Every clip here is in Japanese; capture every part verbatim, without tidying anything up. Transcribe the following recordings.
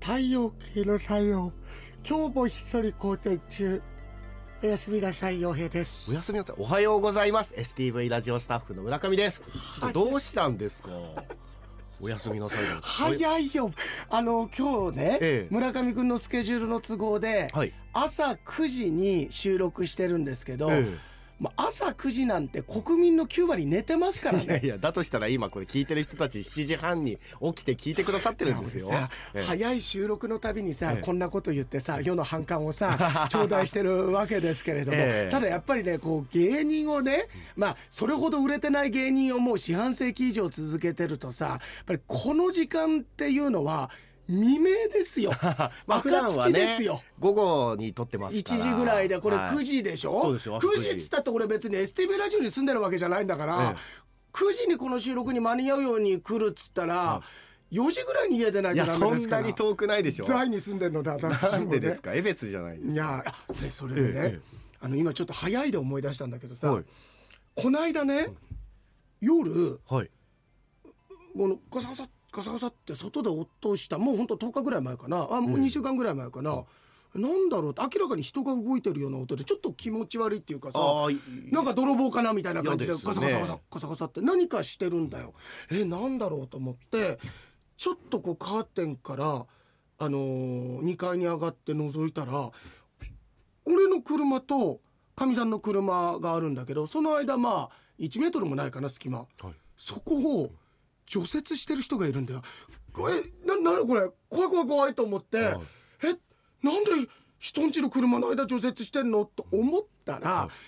太陽系の太陽、今日も一人好転中。おやすみなさい、陽平です。 おやすみなさい。おはようございます。 エスティーブイ ラジオスタッフの村上です。どうしたんですか？おやすみなさい。 早いよ。あの今日ね、 ええ、 村上くんのスケジュールの都合で、はい、朝くじに収録してるんですけど、ええ、まあ、朝くじなんて国民のきゅうわり寝てますからね。 いやいや、だとしたら今これ聞いてる人たちしちじはんに起きて聞いてくださってるんですよ。 さ、ええ、早い収録のたびにさ、ええ、こんなこと言ってさ、世の反感をさ頂戴してるわけですけれども、ええ、ただやっぱりね、こう芸人をね、まあそれほど売れてない芸人をもう四半世紀以上続けてるとさ、やっぱりこの時間っていうのは未明ですよ。 まあ普段はね、 ですよ、 午後に撮ってますからいちじぐらいで、これくじでしょ、はい、そうですよ。くじっつったってこれ別に エスティーブイ ラジオに住んでるわけじゃないんだから、ええ、くじにこの収録に間に合うように来るっつったら、うん、よじぐらいに家出ないとダメですから。いや、そんなに遠くないでしょ。 在に住んでるので、私もね。 なんでですか？江別じゃないですか。 いや、でそれでね、ええ、あの今ちょっと早いで思い出したんだけどさ、はい、この間ね、夜、はい、このガサガサガサガサって外で音した、もうほんととおかぐらい前かな、あ、もうにしゅうかんぐらい前かな、うん、なんだろう、明らかに人が動いてるような音でちょっと気持ち悪いっていうかさ、なんか泥棒かなみたいな感じでガサガサガサガサガサって何かしてるんだよ。え、なんだろうと思ってちょっとこうカーテンから、あのー、にかいに上がって覗いたら、俺の車とかみさんの車があるんだけど、その間まあいちメートルもないかな、隙間、はい、そこを除雪してる人がいるんだよ。え、な、な、これ怖い怖い怖いと思って、はい、え、なんで人んちの車の間除雪してんのと思ったら、はい、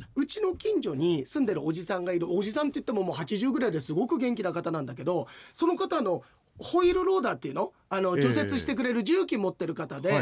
うちの近所に住んでるおじさんがいる。おじさんって言ってももうはちじゅうぐらいですごく元気な方なんだけど、その方のホイールローダーっていうの、あの除雪してくれる重機持ってる方で、えーはい、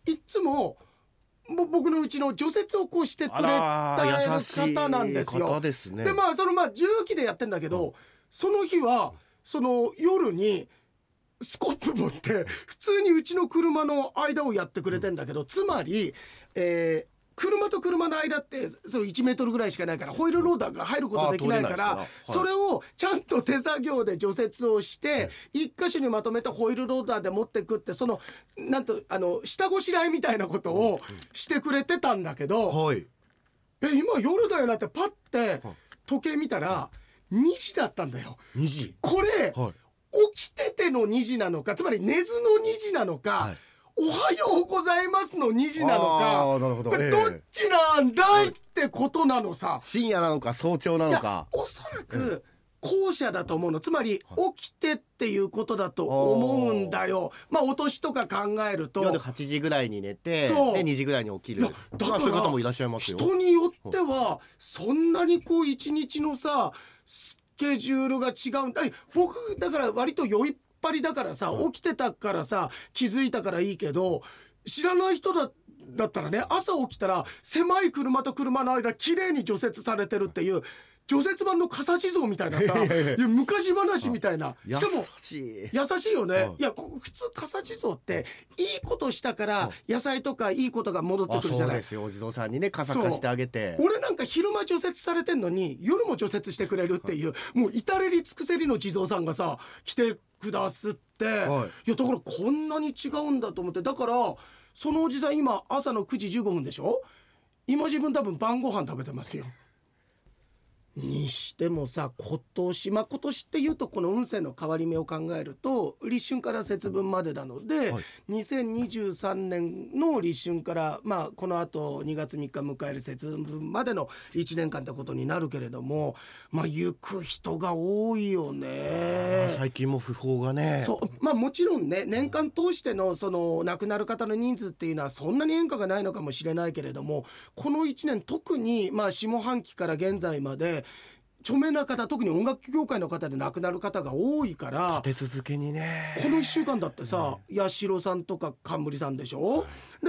いつも僕のうちの除雪をこうしてくれた方なんですよ。 です、ね、 でまあそのまあ重機でやってんだけど、うん、その日はその夜にスコップ持って普通にうちの車の間をやってくれてんだけど、つまり、えー、車と車の間ってそういちメートルぐらいしかないから、ホイールローダーが入ることできないから、はい、それをちゃんと手作業で除雪をして一箇所にまとめてホイールローダーで持ってくって、そのなんとあの下ごしらえみたいなことをしてくれてたんだけど、はい、え今夜だよなってパッて時計見たらにじだったんだよ。 にじこれ、はい、起きててのにじなのか、つまり寝ずのにじなのか、はい、おはようございますのにじなのか、 あ、なるほど、 これどっちなんだいってことなのさ。 深夜なのか早朝なのか。 おそらく後者だと思うの。つまり起きてっていうことだと思うんだよ。まあお年とか考えると夜はちじぐらいに寝て、でにじぐらいに起きる。だからそういう方もいらっしゃいますよ。 人によってはそんなにこう一日のさスケジュールが違うんだ。僕だから割と酔いっぱりだからさ、起きてたからさ気づいたからいいけど、知らない人だだったらね、朝起きたら狭い車と車の間きれいに除雪されてるっていう除雪版の笠地蔵みたいなさ、いや昔話みたいな。しかも優しい優しいよね。いや普通笠地蔵っていいことしたから野菜とかいいことが戻ってくるじゃない。 そうですよ、お地蔵さんにね傘貸してあげて。 俺なんか昼間除雪されてんのに夜も除雪してくれるっていう、もう至れり尽くせりの地蔵さんがさ来てくだすって、はい、いやだからこんなに違うんだと思って。だからそのおじさん今朝のくじじゅうごふんでしょ。今自分多分晩ご飯食べてますよ。にしてもさ、今年まあ今年っていうとこの運勢の変わり目を考えると立春から節分までなので、はい、にせんにじゅうさんねんの立春からまあこのあとにがつみっか迎える節分までのいちねんかんってことになるけれども、まあ行く人が多いよね。 最近も訃報がね。 そうまあもちろんね、年間通してのその亡くなる方の人数っていうのはそんなに変化がないのかもしれないけれども、このいちねん特にまあ下半期から現在まで著名な方、特に音楽業界の方で亡くなる方が多いから、 立て続けにね。 このいっしゅうかんだってさ、うん、八代さんとか冠さんでしょ、はい、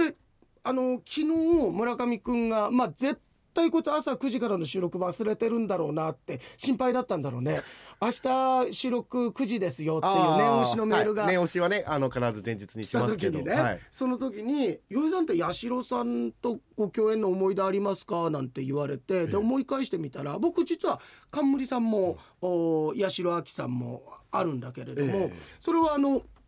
であの昨日村上くんがまあ絶対こいつ朝くじからの収録忘れてるんだろうなって心配だったんだろうね。明日収録くじですよっていう念押しのメールが、 はい、念押しはねあの必ず前日にしますけど、 ね、はい、その時に「よいさんって八代さんとご共演の思い出ありますか?」なんて言われて、で思い返してみたら僕実は冠さんも、うん、八代亜紀さんもあるんだけれども、えー、それはあの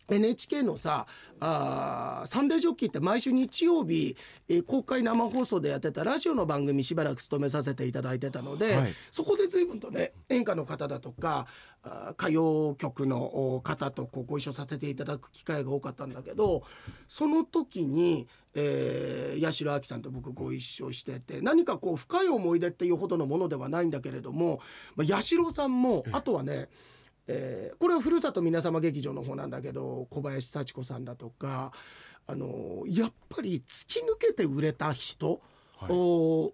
エヌエイチケー のさあサンデージョッキーって毎週日曜日、えー、公開生放送でやってたラジオの番組しばらく務めさせていただいてたので、はい、そこで随分とね演歌の方だとかあ歌謡曲の方とこうご一緒させていただく機会が多かったんだけど、その時に、えー、八代亜紀さんと僕ご一緒してて、何かこう深い思い出っていうほどのものではないんだけれども、まあ、八代さんもあとはね、えー、これはふるさと皆様劇場の方なんだけど小林幸子さんだとか、あのー、やっぱり突き抜けて売れた人、はい、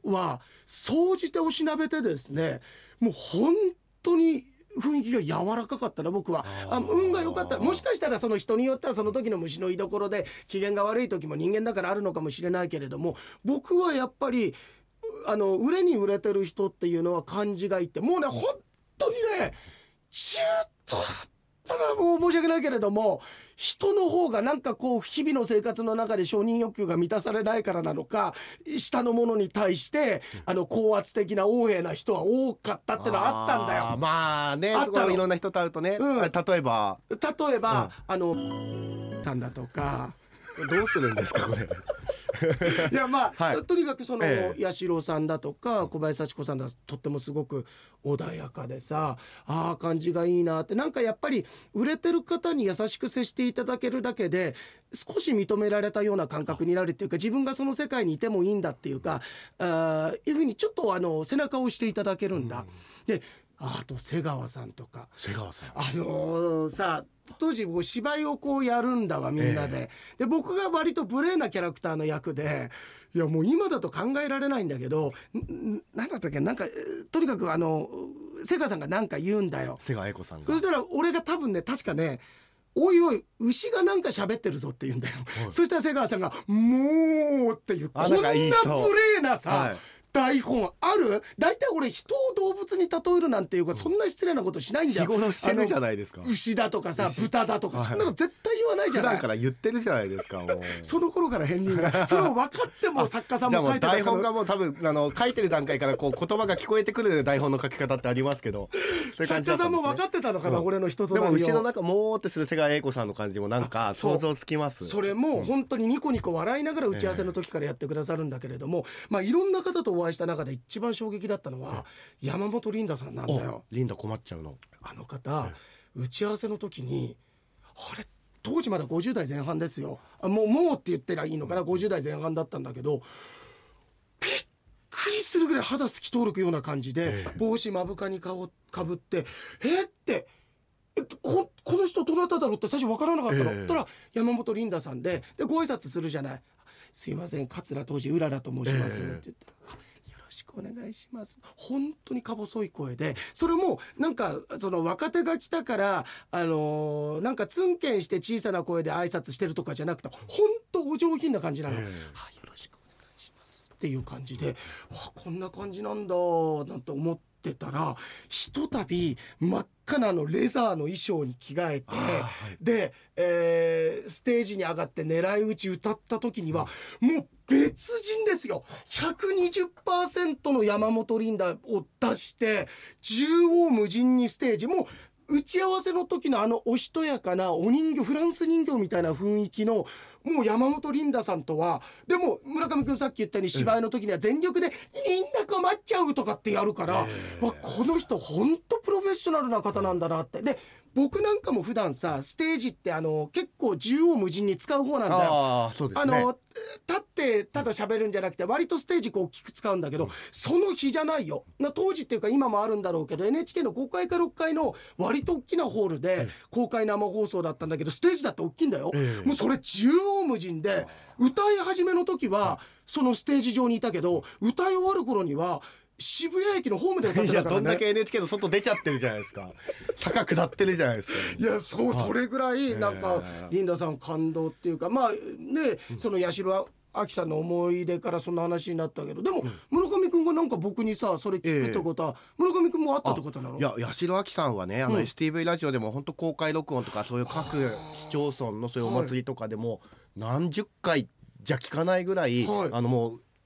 は総じておしなべてですね、もう本当に雰囲気が柔らかかったら僕はあ運が良かった。もしかしたらその人によってはその時の虫の居所で機嫌が悪い時も人間だからあるのかもしれないけれども、僕はやっぱりあの売れに売れてる人っていうのは感じがいって、もうね本当にね中途半端な、もう申し訳ないけれども人の方がなんかこう日々の生活の中で承認欲求が満たされないからなのか、下の者に対してあの高圧的な横柄な人は多かったってのはあったんだよ。 あまあね、そこいろんな人と会うとね、うん、例えば例えば、うん、あのさんだとかどうするんですかこれいやまあ、はい、とにかくその、ええ、八代さんだとか小林幸子さんだとってもすごく穏やかでさあ感じがいいなって、なんかやっぱり売れてる方に優しく接していただけるだけで少し認められたような感覚になるっていうか、自分がその世界にいてもいいんだっていうか、あいうふうにちょっとあの背中を押していただけるんだ、うん、であと瀬川さんとか瀬川さんあのー、さ当時僕芝居をこうやるんだわみんなで、えー、で僕が割と無礼なキャラクターの役で、いやもう今だと考えられないんだけど何だったっけ、なんかとにかくあの瀬川さんが何か言うんだよ、 瀬川栄子さんが。 そしたら俺が多分ね確かねおいおい牛がなんか喋ってるぞって言うんだよ、はい、そしたら瀬川さんがもうっていうこんな無礼なさ、はい台本ある？大体俺人を動物に例えるなんていうか、そんな失礼なことしないんだよ。 日頃してるじゃないですか。 牛だとかさ豚だとかそんなの絶対言わないじゃない。 普段から言ってるじゃないですか。もうその頃から片鱗がそれを分かっても作家さんも書いてたから台本がもう多分あの書いてる段階からこう言葉が聞こえてくる台本の書き方ってありますけど、 そういう感じだったんですね。作家さんも分かってたのかな、うん、俺の人となりを。 でも牛の中もーってする瀬川栄子さんの感じもなんか想像つきます。 そ, それも本当にニコニコ笑いながら打ち合わせの時からやってくださるんだけれども、えー、まあいろんな方とお会いした中で一番衝撃だったのは山本リンダさんなんだよ。 リンダ困っちゃうの。 あの方、打ち合わせの時にあれ当時まだごじゅう代前半ですよ。あもうもうって言ってりゃいいのかな、ごじゅう代前半だったんだけど、びっくりするぐらい肌透き通るような感じで帽子目深にかぶってえってえこ, この人どなただろうって最初分からなかったの。えー、たら山本リンダさんで、でご挨拶するじゃない。すいません桂当時うららと申します、えー、って言ったらよろしくお願いします。本当にか細い声で、それもなんかその若手が来たからあのー、なんかツンケンして小さな声で挨拶してるとかじゃなくて本当お上品な感じなの、えー、あよろしくお願いしますっていう感じで、わこんな感じなんだなんて思ってたら、ひとたび真っ赤なあのレザーの衣装に着替えて、はい、で、えー、ステージに上がって狙い撃ち歌った時には、うん、もう別人ですよ。 ひゃくにじゅっパーセント の山本リンダを出して縦横無尽にステージも打ち合わせの時のあのおしとやかなお人形フランス人形みたいな雰囲気のもう山本リンダさんとは、でも村上くんさっき言ったように芝居の時には全力でみんな困っちゃうとかってやるから、えー、わこの人本当プロフェッショナルな方なんだなって。で僕なんかも普段さステージってあの結構縦横無尽に使う方なんだよ。 あ、そうですね、 あの立ってただ喋るんじゃなくて割とステージこう大きく使うんだけど、うん、その日じゃないよな。当時っていうか今もあるんだろうけど エヌエイチケー のごかいかろっかいの割と大きなホールで公開生放送だったんだけど、ステージだって大きいんだよ、えー、もうそれ縦横無尽で、歌い始めの時はそのステージ上にいたけど歌い終わる頃には渋谷駅のホームで歌ってたからね。 いやどんだけ エヌエイチケー の外出ちゃってるじゃないですか。坂下ってるじゃないですか。 いやそう、それぐらいなんかリンダさん感動っていうか、まあね、その八代亜紀さんの思い出からそんな話になったけど、でも村上くんがなんか僕にさそれ聞くってことは、えー、村上くんもあったってことなの？ いや八代亜紀さんはね、あの エスティーブイ ラジオでも本当公開録音とかそういう各市町村のそういうお祭りとかでも何十回じゃ聞かないぐらい、はい、あのもう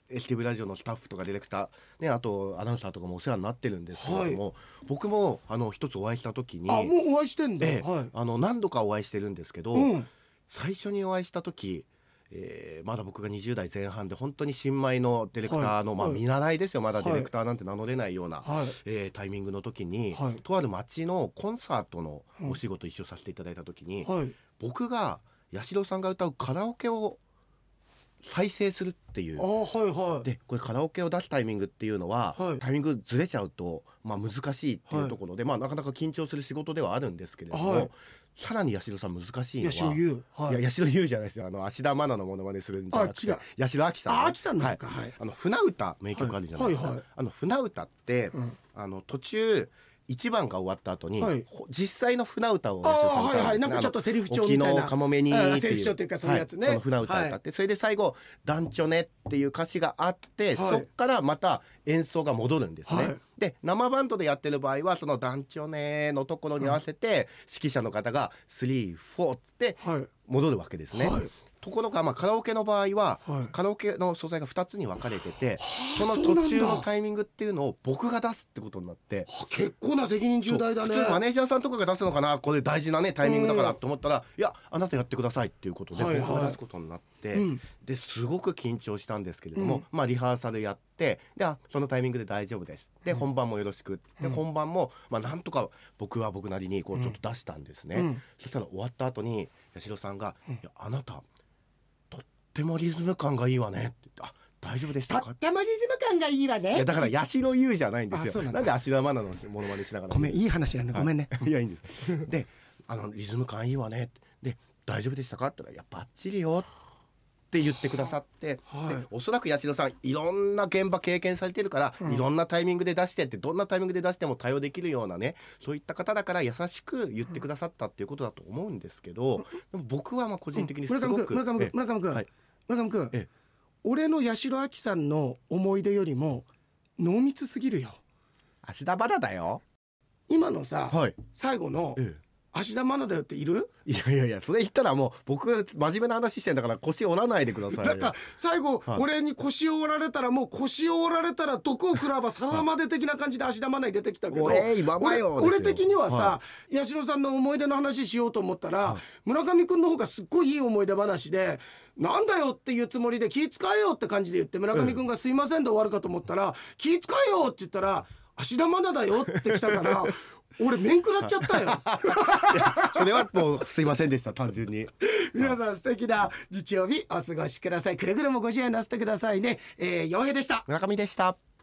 エスティーブイ ラジオのスタッフとかディレクター、ね、あとアナウンサーとかもお世話になってるんですけれども、はい、僕もあの一つお会いした時に、 あもうお会いしてんだ、 ええ、 はい、 あの何度かお会いしてるんですけど、うん、最初にお会いした時、えー、まだ僕がにじゅう代前半で本当に新米のディレクターの、はい、まあ、見習いですよ。まだディレクターなんて名乗れないような、はい、えー、タイミングの時に、はい、とある町のコンサートのお仕事一緒させていただいた時に、はい、僕が八代さんが歌うカラオケを再生するっていう、 あ、はいはい、 でこれカラオケを出すタイミングっていうのは、はい、タイミングずれちゃうと、まあ、難しいっていうところで、はい、まあ、なかなか緊張する仕事ではあるんですけれども、はい、さらに八代さん難しいのは八代優、はい、 いや八代優じゃないですよ。あの芦田愛菜のモノマネするんじゃなくて八代亜紀さん、 あ、亜紀さんなんか、 はい、あの船歌名曲あるじゃないですか、はいはいはい、あの船歌って、うん、あの途中いちばんが終わった後に、はい、実際の船歌を八代さん歌うんですね。はいはい、なんかちょっとセリフ調みたいな、沖のかもめにっていうセリフ調っていうかそういうやつね、 はい、その船歌を歌って、はい、それで最後団長ねっていう歌詞があって、はい、そっからまた演奏が戻るんですね、はい、で生バンドでやってる場合はその団長ねのところに合わせて、はい、指揮者の方がスリー、フォーって戻るわけですね、はい、ところがまあカラオケの場合は、はい、カラオケの素材がふたつに分かれてて、その途中のタイミングっていうのを僕が出すってことになって、 結構な責任重大だね。 普通マネージャーさんとかが出すのかな、これ大事なねタイミングだからと思ったら、いやあなたやってくださいっていうことで僕が出すことになって、はいはい、ですごく緊張したんですけれども、うん、まあリハーサルやって、でそのタイミングで大丈夫ですで、うん、本番もよろしくで、本番もまあなんとか僕は僕なりにこうちょっと出したんですね、うん、そしたら終わった後に八代さんが、うん、いやあなたとってもリズム感がいいわねって言って、あ大丈夫でしたか、 とってもリズム感がいいわね。 いやだから八代優じゃないんですよ。な, なんで芦田愛菜のモノマネしながら、 ごめんいい話なの、ごめんね、 はい、いやいいんですであのリズム感いいわねで大丈夫でしたかって言ったら、いやバッチリよって言ってくださって、はい、でおそらく八代さんいろんな現場経験されてるから、うん、いろんなタイミングで出してって、どんなタイミングで出しても対応できるようなね、そういった方だから優しく言ってくださったっていうことだと思うんですけど、うん、でも僕はまあ個人的にすごく、 村上君村上君、はい、村上君、ええ、俺の八代亜紀さんの思い出よりも濃密すぎるよ。 芦田愛菜だよ今のさ、はい、最後の、ええ、芦田愛菜だよっている？ いやいやいや、それ言ったらもう僕真面目な話してんだから腰折らないでください。 なんか最後、はい、俺に腰を折られたらもう腰を折られたら毒を食らばさらまで的な感じで芦田愛菜出てきたけど、 はい、俺, 俺的にはさ、はい、八代さんの思い出の話しようと思ったら、はい、村上くんの方がすっごいいい思い出話で、なんだよっていうつもりで気使えよって感じで言って、村上くんがすいませんで終わるかと思ったら、気使えよって言ったら芦田愛菜だよって来たから俺面食らっちゃったよそれはもうすいませんでした、単純に。 皆さん素敵な日曜日お過ごしください。くれぐれもご自愛なさってくださいね。えー、陽平でした。 村上でした。